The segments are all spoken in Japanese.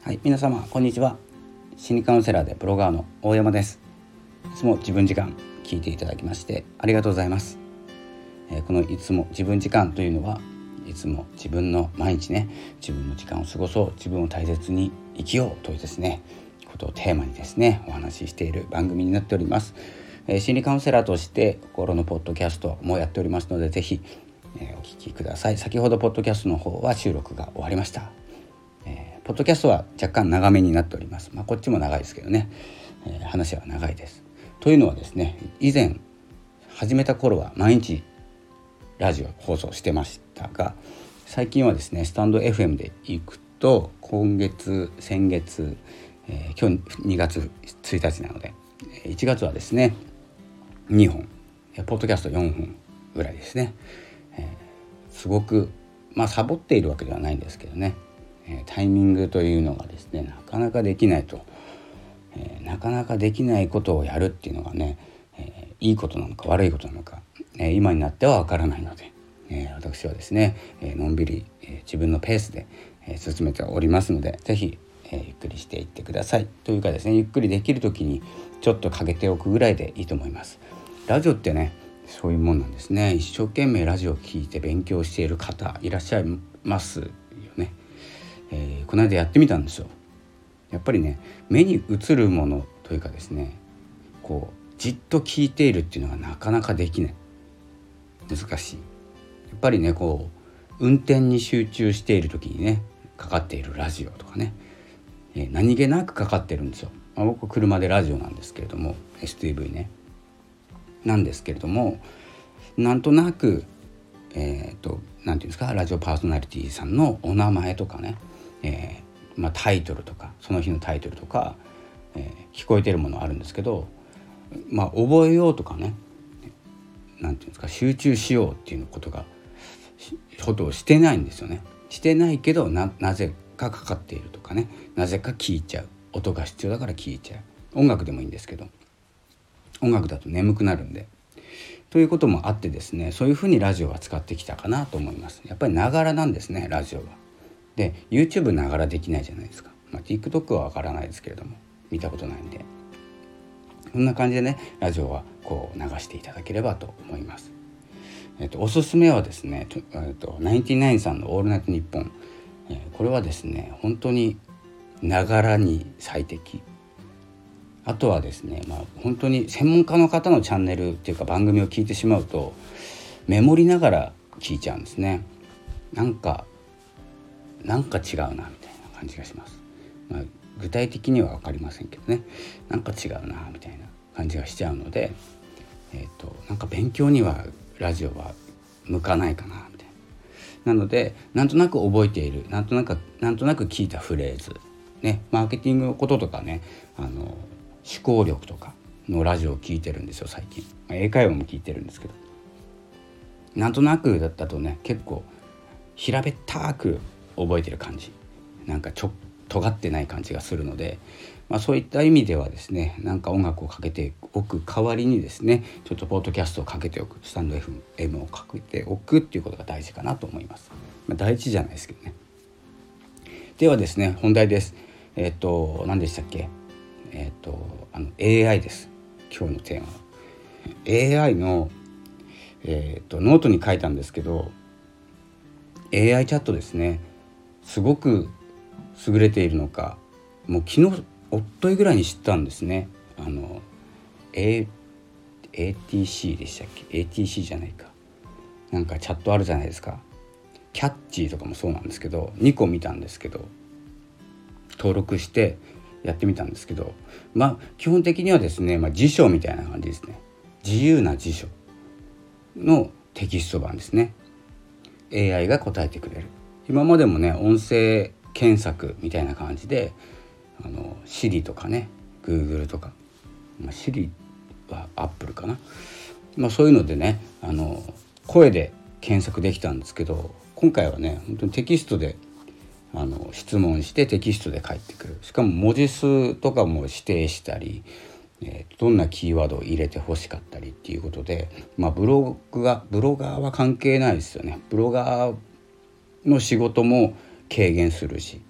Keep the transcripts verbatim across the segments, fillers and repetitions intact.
はい、皆様こんにちは。心理カウンセラーでブロガーの大山です。いつも自分時間聞いていただきましてありがとうございます。えー、このいつも自分時間というのはいつも自分の毎日ね自分の時間を過ごそう、自分を大切に生きようというですねことをテーマにですねお話ししている番組になっております。えー、心理カウンセラーとして心のポッドキャストもやっておりますので、ぜひ、えー、お聞きください。先ほどポッドキャストの方は収録が終わりました。えー、ポッドキャストは若干長めになっております。まあ、こっちも長いですけどね、えー、話は長いです。というのはですね、以前始めた頃は毎日ラジオ放送してましたが、最近はですねスタンド エフエム で行くと今月先月、えー、今日にがつついたちなのでいちがつはですねにほん、ポッドキャストよんほんぐらいですね、えー、すごくまあサボっているわけではないんですけどね、えー、タイミングというのがですねなかなかできないと、えー、なかなかできないことをやるっていうのがね、えー、いいことなのか悪いことなのか、えー、今になってはわからないので、えー、私はですね、えー、のんびり、えー、自分のペースで、えー、進めておりますので、ぜひ、えー、ゆっくりしていってください。というかですね、ゆっくりできるときにちょっとかけておくぐらいでいいと思います。ラジオってねそういうもんなんですね。一生懸命ラジオを聞いて勉強している方いらっしゃいますよね。えー、この間やってみたんですよ。やっぱりね目に映るものというかですね、こうじっと聞いているっていうのがなかなかできない、難しい。やっぱりねこう運転に集中している時にねかかっているラジオとかね、えー、何気なくかかってるんですよ。まあ、僕車でラジオなんですけれども エスティーブイ ねなんですけれども、なんとなくえー、となんていうんですか、ラジオパーソナリティさんのお名前とかね、えーまあ、タイトルとかその日のタイトルとか、えー、聞こえてるものあるんですけど、まあ覚えようとかね、なんていうんですか、集中しようっていうことがことをしてないんですよね。してないけど な, なぜかかかっているとかね、なぜか聞いちゃう、音が必要だから聞いちゃう。音楽でもいいんですけど、音楽だと眠くなるんでということもあってですね、そういうふうにラジオは使ってきたかなと思います。やっぱりながらなんですね、ラジオは。で YouTube ながらできないじゃないですか、まあ、TikTok はわからないですけれども見たことないんで、こんな感じでねラジオはこう流していただければと思います。えっと、おすすめはですね、えっと、ナインティナインさんのオールナイトニッポン、えー、これはですね本当にながらに最適。あとはですね、まあ、本当に専門家の方のチャンネルっていうか番組を聞いてしまうとメモりながら聞いちゃうんですね。なんかなんか違うなみたいな感じがします。まあ、具体的には分かりませんけどね、なんか違うなみたいな感じがしちゃうので、えーと、なんか勉強にはラジオは向かないかなみたいな。なのでなんとなく覚えている、なんとなくなんとなく聞いたフレーズね、マーケティングのこととかね、あの思考力とかのラジオを聞いてるんですよ最近。まあ、英会話も聞いてるんですけど、なんとなくだったとね結構平べったく覚えてる感じ、なんかちょ尖ってない感じがするので、まあ、そういった意味ではですね、なんか音楽をかけておく代わりにですねちょっとポッドキャストをかけておく、スタンド エフエム をかけておくっていうことが大事かなと思います。まあ、大事じゃないですけどね。ではですね本題です。えっと何でしたっけ、えっとあの エーアイ です。今日のテーマは エーアイ の、えっとノートに書いたんですけど、 エーアイ チャットですね、すごく優れているのか、もう昨日おっといぐらいに知ったんですね。あの Aエーティーシー でしたっけ、 エーティーシー じゃないか、なんかチャットあるじゃないですか。キャッチーとかもそうなんですけど、にこ見たんですけど登録してやってみたんですけど、まあ基本的にはですね、まあ、辞書みたいな感じですね。自由な辞書のテキスト版ですね。 エーアイ が答えてくれる。今までもね音声検索みたいな感じで、あの Siri とかね Google とか、まあ、Siri は Apple かな、まあ、そういうのでねあの声で検索できたんですけど、今回はね本当にテキストであの質問してテキストで返ってくる。しかも文字数とかも指定したり、えー、どんなキーワードを入れて欲しかったりっていうことで、まあ、ブログがブロガーは関係ないですよね。ブロガーの仕事も軽減するし、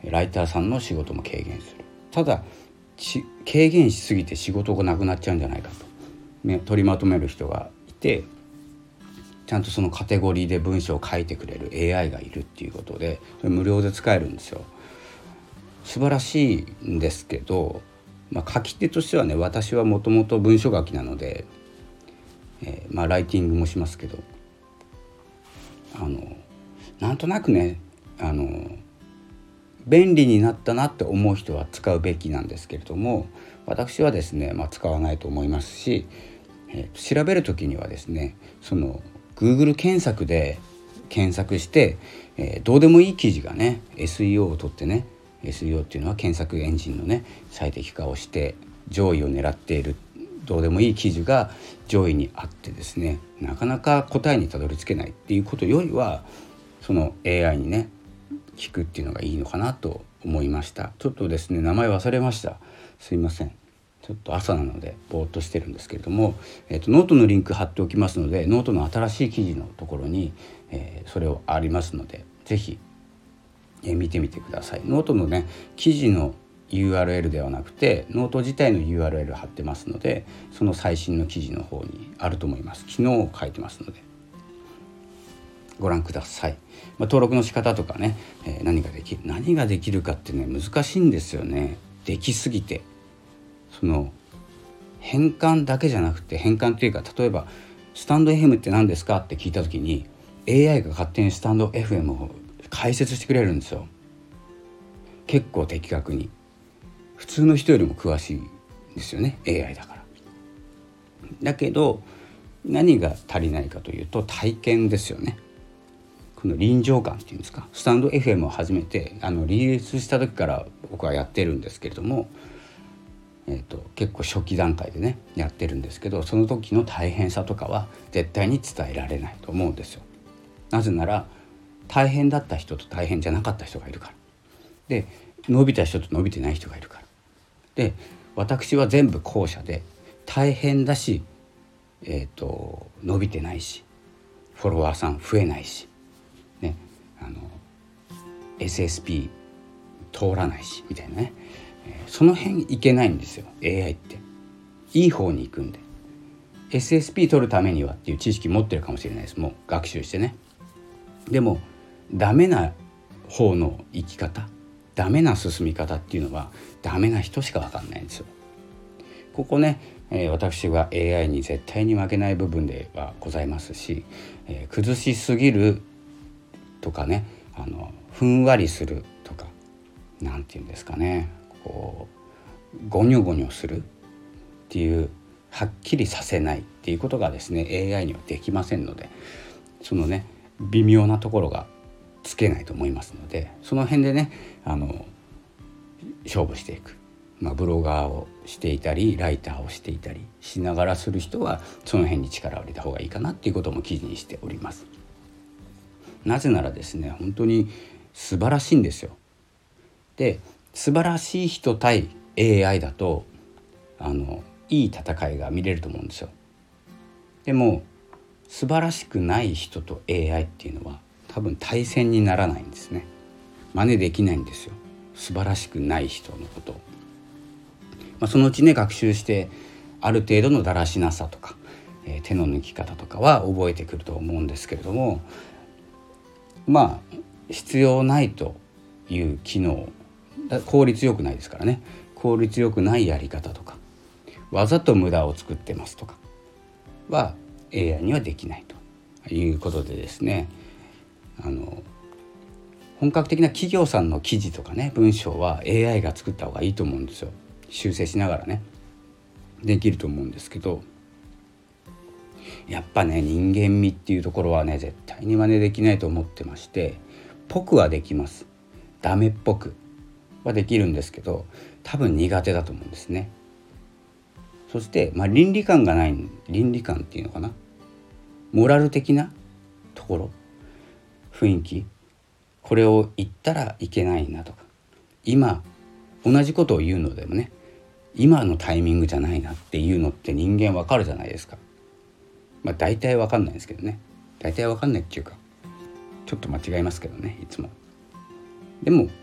ライターさんの仕事も軽減する。ただ軽減しすぎて仕事がなくなっちゃうんじゃないかと、ね、取りまとめる人がいて、ちゃんとそのカテゴリーで文章を書いてくれる エーアイ がいるっていうことで、それ無料で使えるんですよ。素晴らしいんですけど、まあ、書き手としてはね、私はもともと文章書きなので、えー、まあライティングもしますけど、あのなんとなくね、あの便利になったなって思う人は使うべきなんですけれども、私はですね、まあ、使わないと思いますし、えー、調べるときにはですね、その Google 検索で検索して、えー、どうでもいい記事がね エスイーオー を取ってね、 エスイーオー っていうのは検索エンジンのね最適化をして上位を狙っているどうでもいい記事が上位にあってですね、なかなか答えにたどり着けないっていうことよりは、その エーアイ にね聞くっていうのがいいのかなと思いました。ちょっとですね、名前忘れました、すいません。ちょっと朝なのでぼーっとしてるんですけれども、えーと、ノートのリンク貼っておきますので、ノートの新しい記事のところに、えー、それをありますので、ぜひ、えー、見てみてください。ノートのね記事の ユーアールエル ではなくて、ノート自体の ユーアールエル 貼ってますので、その最新の記事の方にあると思います。昨日書いてますのでご覧ください。まあ、登録の仕方とかね、えー、何ができる何ができるかってね難しいんですよね。できすぎて、その変換だけじゃなくて、変換というか、例えばスタンド エフエム って何ですかって聞いた時に エーアイ が勝手にスタンド エフエム を解説してくれるんですよ。結構的確に、普通の人よりも詳しいんですよね、 エーアイ だから。だけど何が足りないかというと体験ですよね。この臨場感っていうんですか。スタンド エフエム を始めてあのリリースした時から僕はやってるんですけれども、えーと、結構初期段階でねやってるんですけど、その時の大変さとかは絶対に伝えられないと思うんですよ。なぜなら大変だった人と大変じゃなかった人がいるから。で、伸びた人と伸びてない人がいるから。で、私は全部後者で、大変だし、えーと、伸びてないし、フォロワーさん増えないしね、あの エスエスピー 通らないしみたいなね、えー、その辺いけないんですよ エーアイ って。いい方に行くんで、 エスエスピー 取るためにはっていう知識持ってるかもしれないです。もう学習してね。でもダメな方の生き方、ダメな進み方っていうのはダメな人しか分かんないんですよ。ここね、えー、私は エーアイ に絶対に負けない部分ではございますし、えー、崩しすぎるとかね、あのふんわりするとか、なんていうんですかね、こうゴニョゴニョするっていう、はっきりさせないっていうことがですね エーアイ にはできませんので、そのね微妙なところがつけないと思いますので、その辺でねあの勝負していく、まあ、ブロガーをしていたりライターをしていたりしながらする人はその辺に力を入れた方がいいかなっていうことも記事にしております。なぜならですね、本当に素晴らしいんですよ。で、素晴らしい人対 エーアイ だとあのいい戦いが見れると思うんですよ。でも素晴らしくない人と エーアイ っていうのは多分対戦にならないんですね。真似できないんですよ、素晴らしくない人のことを。まあ、そのうちね学習してある程度のだらしなさとか、えー、手の抜き方とかは覚えてくると思うんですけれども、まあ必要ないという機能、効率よくないですからね、効率よくないやり方とかわざと無駄を作ってますとかは エーアイ にはできないということでですね、あの本格的な企業さんの記事とかね文章は エーアイ が作った方がいいと思うんですよ。修正しながらねできると思うんですけど、やっぱね人間味っていうところはね絶対に真似できないと思ってまして、ぽくはできます、ダメっぽくはできるんですけど多分苦手だと思うんですね。そして、まあ、倫理観がない、倫理観っていうのかな、モラル的なところ、雰囲気、これを言ったらいけないなとか、今同じことを言うのでもね今のタイミングじゃないなっていうのって人間わかるじゃないですか。まあ大体わかんないんですけどね、大体わかんないっていうかちょっと間違いますけどねいつも。でも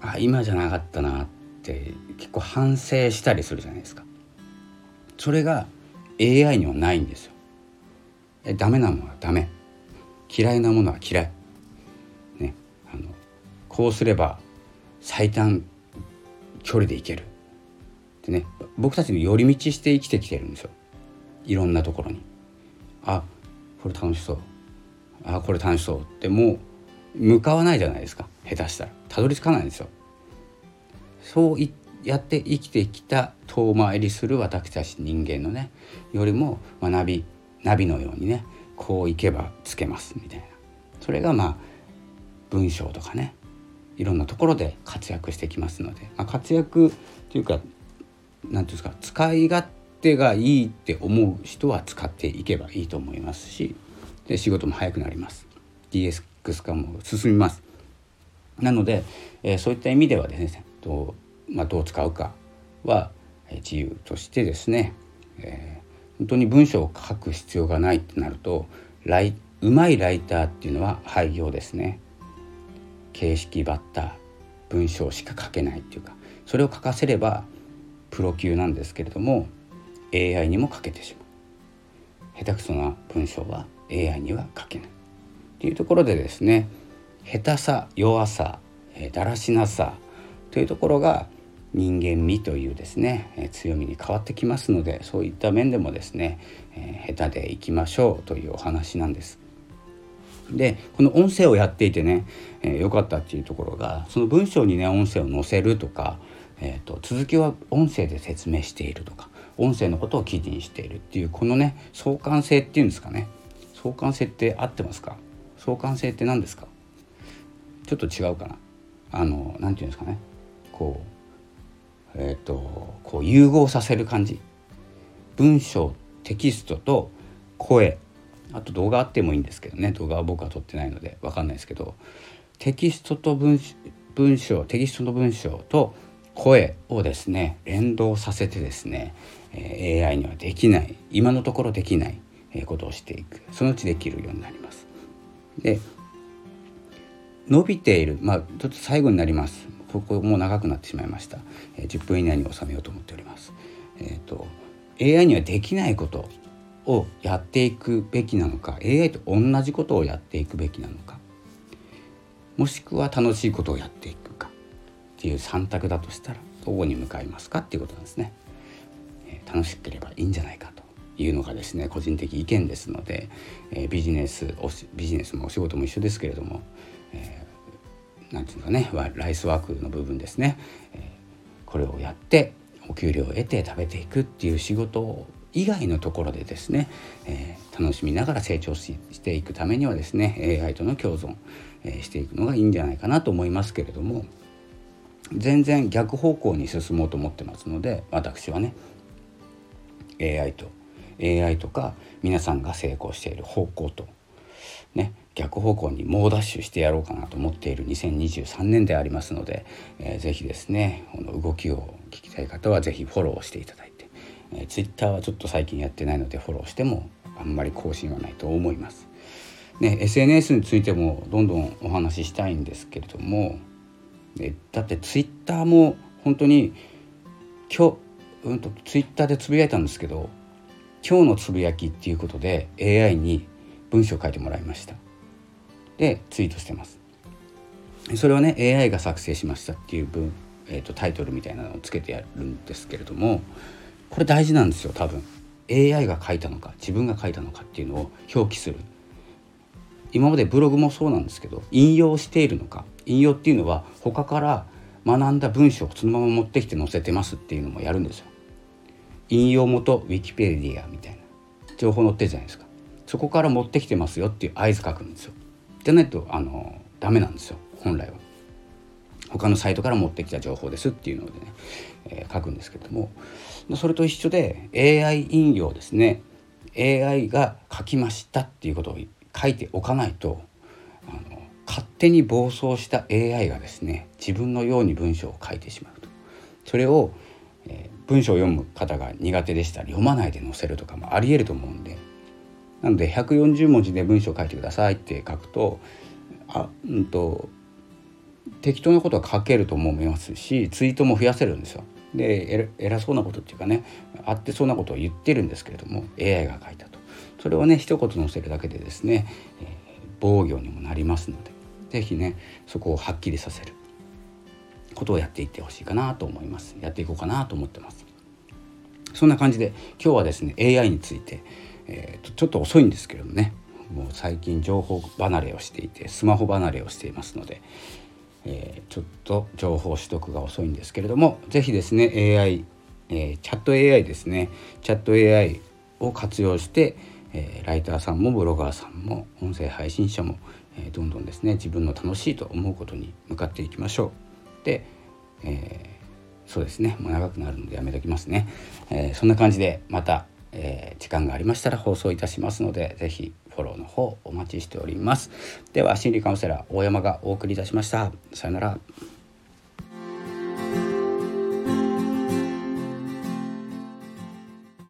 あ今じゃなかったなって結構反省したりするじゃないですか。それが エーアイ にはないんですよ。えダメなものはダメ、嫌いなものは嫌い、ね、あのこうすれば最短距離で行けるってね、僕たちの寄り道して生きてきてるんですよ。いろんなところにあこれ楽しそうあこれ楽しそうってもう向かわないじゃないですか。下手したらたどり着かないんですよ。そうやって生きてきた遠回りする私たち人間のねよりもナビナビのようにねこう行けばつけますみたいな、それがまあ文章とかねいろんなところで活躍してきますので、まあ、活躍というかなんていうんですか、使い勝手がいいって思う人は使っていけばいいと思いますし、で仕事も早くなります。 ディーエスエックス 化も進みます。なので、えー、そういった意味ではですねどう、まあ、どう使うかは自由としてですね、えー、本当に文章を書く必要がないってなるとライうまいライターっていうのは廃業ですね。形式ばった文章しか書けないっていうか、それを書かせればプロ級なんですけれども エーアイ にも書けてしまう。下手くそな文章は エーアイ には書けないっていうところでですね、下手さ弱さ、えー、だらしなさというところが人間味というですね、えー、強みに変わってきますので、そういった面でもですね、えー、下手でいきましょうというお話なんです。でこの音声をやっていてね、えー、よかったっていうところが、その文章にね音声を載せるとか、えーと、続きは音声で説明しているとか、音声のことを記事にしているっていうこのね相関性っていうんですかね。相関性って合ってますか？相関性って何ですか？ちょっと違うかな。あのなんていうんですかね、こうえっ、ー、とこう融合させる感じ。文章テキストと声、あと動画あってもいいんですけどね、動画は僕は撮ってないので分かんないですけど、テキストと 文, 文章テキストの文章と声をですね連動させてですね、えー、エーアイ にはできない、今のところできないことをしていく、そのうちできるようになります。で伸びている、まあちょっと最後になります。ここもう長くなってしまいました。えー、じゅっぷん以内に収めようと思っております。えーと、エーアイ にはできないことをやっていくべきなのか、 エーアイ と同じことをやっていくべきなのか、もしくは楽しいことをやっていくかっていうさん択だとしたらどこに向かいますかっていうことなんですね。えー、楽しければいいんじゃないかというのがですね個人的意見ですので、えー、ビジネスビジネスもお仕事も一緒ですけれども、えー、なんていうかねライスワークの部分ですね、えー、これをやってお給料を得て食べていくっていう仕事以外のところでですね、えー、楽しみながら成長し、していくためにはですね エーアイ との共存、えー、していくのがいいんじゃないかなと思いますけれども、全然逆方向に進もうと思ってますので、私はね エーアイ と エーアイ とか皆さんが成功している方向とね逆方向に猛ダッシュしてやろうかなと思っているにせんにじゅうさんねんでありますので、えー、ぜひですねこの動きを聞きたい方はぜひフォローしていただいて、えー、ツイッターはちょっと最近やってないのでフォローしてもあんまり更新はないと思います、ね、エスエヌエス についてもどんどんお話ししたいんですけれども、でだってツイッターも本当に今日、うん、とツイッターでつぶやいたんですけど、今日のつぶやきっていうことで エーアイ に文章を書いてもらいました。でツイートしてます。それはね エーアイ が作成しましたっていう文、えー、とタイトルみたいなのをつけてやるんですけれども、これ大事なんですよ。多分 エーアイ が書いたのか自分が書いたのかっていうのを表記する。今までブログもそうなんですけど、引用しているのか、引用っていうのは他から学んだ文章をそのまま持ってきて載せてますっていうのもやるんですよ。引用元ウィキペディアみたいな情報載ってるじゃないですか。そこから持ってきてますよっていう合図書くんですよ。じゃないとあのダメなんですよ。本来は他のサイトから持ってきた情報ですっていうのでね、えー、書くんですけども、それと一緒で エーアイ 引用ですね。 エーアイ が書きましたっていうことを書いておかないと、あの勝手に暴走した エーアイ がですね自分のように文章を書いてしまうと、それを、えー、文章を読む方が苦手でしたら読まないで載せるとかもあり得ると思うんで、なのでひゃくよんじゅうもじで文章を書いてくださいって書くと、あ、うんと適当なことは書けると思いますし、ツイートも増やせるんですよ。で偉そうなことっていうかね、あってそうなことを言ってるんですけれども エーアイ が書いたと、それをね一言載せるだけでですね、えー、防御にもなりますので、ぜひねそこをはっきりさせることをやっていってほしいかなと思います。やっていこうかなと思ってます。そんな感じで今日はですね エーアイ について、えー、とちょっと遅いんですけれどもね、もう最近情報離れをしていてスマホ離れをしていますので、えー、ちょっと情報取得が遅いんですけれども、ぜひですね エーアイ、えー、チャット エーアイ ですね、チャット エーアイ を活用して、えー、ライターさんもブロガーさんも音声配信者も、えー、どんどんですね自分の楽しいと思うことに向かっていきましょう。で、えー、そうですね、もう長くなるのでやめときますね。えー、そんな感じでまた、えー、時間がありましたら放送いたしますので、ぜひフォローの方お待ちしております。では心理カウンセラー大山がお送りいたしました。さよなら。